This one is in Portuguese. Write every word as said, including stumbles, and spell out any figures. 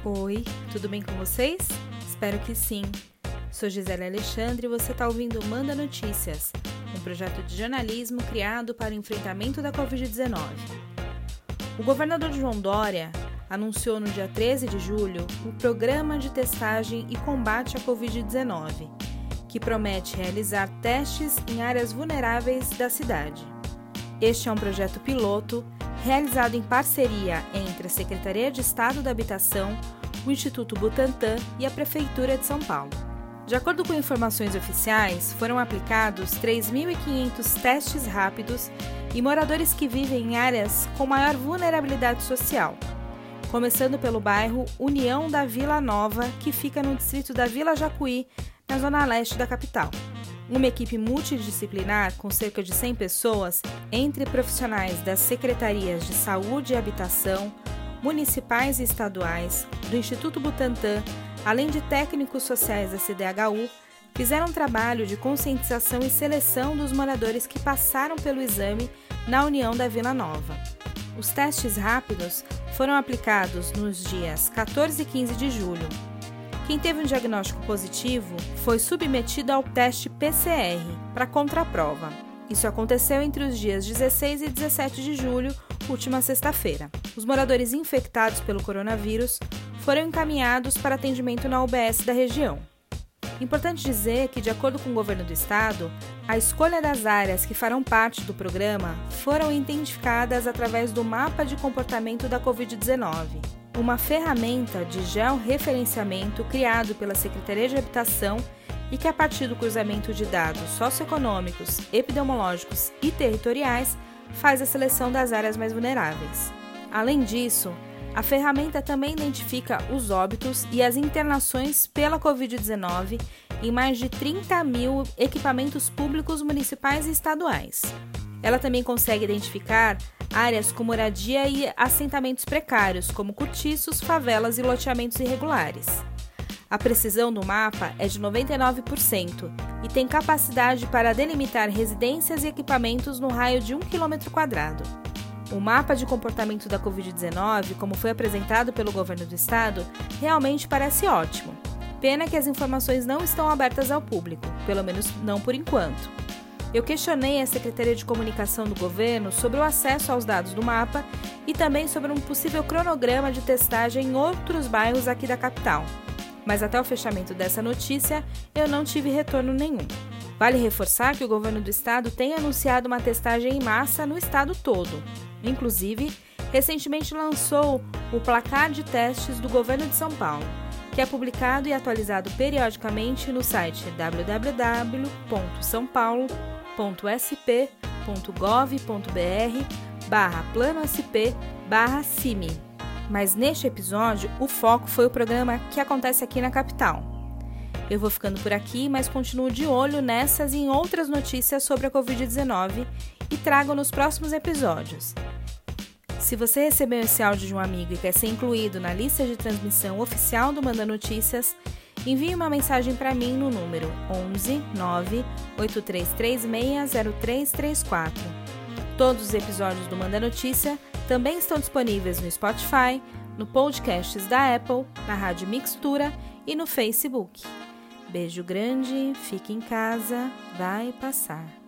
Oi, tudo bem com vocês? Espero que sim. Sou Gisele Alexandre e você está ouvindo Manda Notícias, um projeto de jornalismo criado para o enfrentamento da covid dezenove. O governador João Dória anunciou no dia treze de julho o Programa de Testagem e Combate à covid dezenove, que promete realizar testes em áreas vulneráveis da cidade. Este é um projeto piloto realizado em parceria entre a Secretaria de Estado da Habitação, o Instituto Butantan e a Prefeitura de São Paulo. De acordo com informações oficiais, foram aplicados três mil e quinhentos testes rápidos em moradores que vivem em áreas com maior vulnerabilidade social, começando pelo bairro União da Vila Nova, que fica no distrito da Vila Jacuí, na zona leste da capital. Uma equipe multidisciplinar com cerca de cem pessoas, entre profissionais das Secretarias de Saúde e Habitação, municipais e estaduais, do Instituto Butantan, além de técnicos sociais da C D H U, fizeram um trabalho de conscientização e seleção dos moradores que passaram pelo exame na União da Vila Nova. Os testes rápidos foram aplicados nos dias quatorze e quinze de julho. Quem teve um diagnóstico positivo foi submetido ao teste P C R para contraprova. Isso aconteceu entre os dias dezesseis e dezessete de julho, última sexta-feira. Os moradores infectados pelo coronavírus foram encaminhados para atendimento na U B S da região. Importante dizer que, de acordo com o governo do estado, a escolha das áreas que farão parte do programa foram identificadas através do Mapa de Comportamento da covid dezenove, uma ferramenta de georreferenciamento criado pela Secretaria de Habitação e que, a partir do cruzamento de dados socioeconômicos, epidemiológicos e territoriais, faz a seleção das áreas mais vulneráveis. Além disso, a ferramenta também identifica os óbitos e as internações pela covid dezenove em mais de trinta mil equipamentos públicos municipais e estaduais. Ela também consegue identificar áreas com moradia e assentamentos precários, como cortiços, favelas e loteamentos irregulares. A precisão do mapa é de noventa e nove por cento e tem capacidade para delimitar residências e equipamentos no raio de um quilômetro quadrado. O mapa de comportamento da covid dezenove, como foi apresentado pelo governo do estado, realmente parece ótimo. Pena que as informações não estão abertas ao público, pelo menos não por enquanto. Eu questionei a Secretaria de Comunicação do governo sobre o acesso aos dados do mapa e também sobre um possível cronograma de testagem em outros bairros aqui da capital. Mas até o fechamento dessa notícia, eu não tive retorno nenhum. Vale reforçar que o governo do estado tem anunciado uma testagem em massa no estado todo. Inclusive, recentemente lançou o Placar de Testes do Governo de São Paulo, que é publicado e atualizado periodicamente no site w w w ponto são paulo ponto s p ponto gov ponto b r barra plano s p barra c i m i. Mas neste episódio, o foco foi o programa que acontece aqui na capital. Eu vou ficando por aqui, mas continuo de olho nessas e em outras notícias sobre a covid dezenove e trago nos próximos episódios. Se você recebeu esse áudio de um amigo e quer ser incluído na lista de transmissão oficial do Manda Notícias, envie uma mensagem para mim no número onze nove oito três três seis zero três três quatro. Todos os episódios do Manda Notícia também estão disponíveis no Spotify, no podcasts da Apple, na Rádio Mixtura e no Facebook. Beijo grande, fique em casa, vai passar.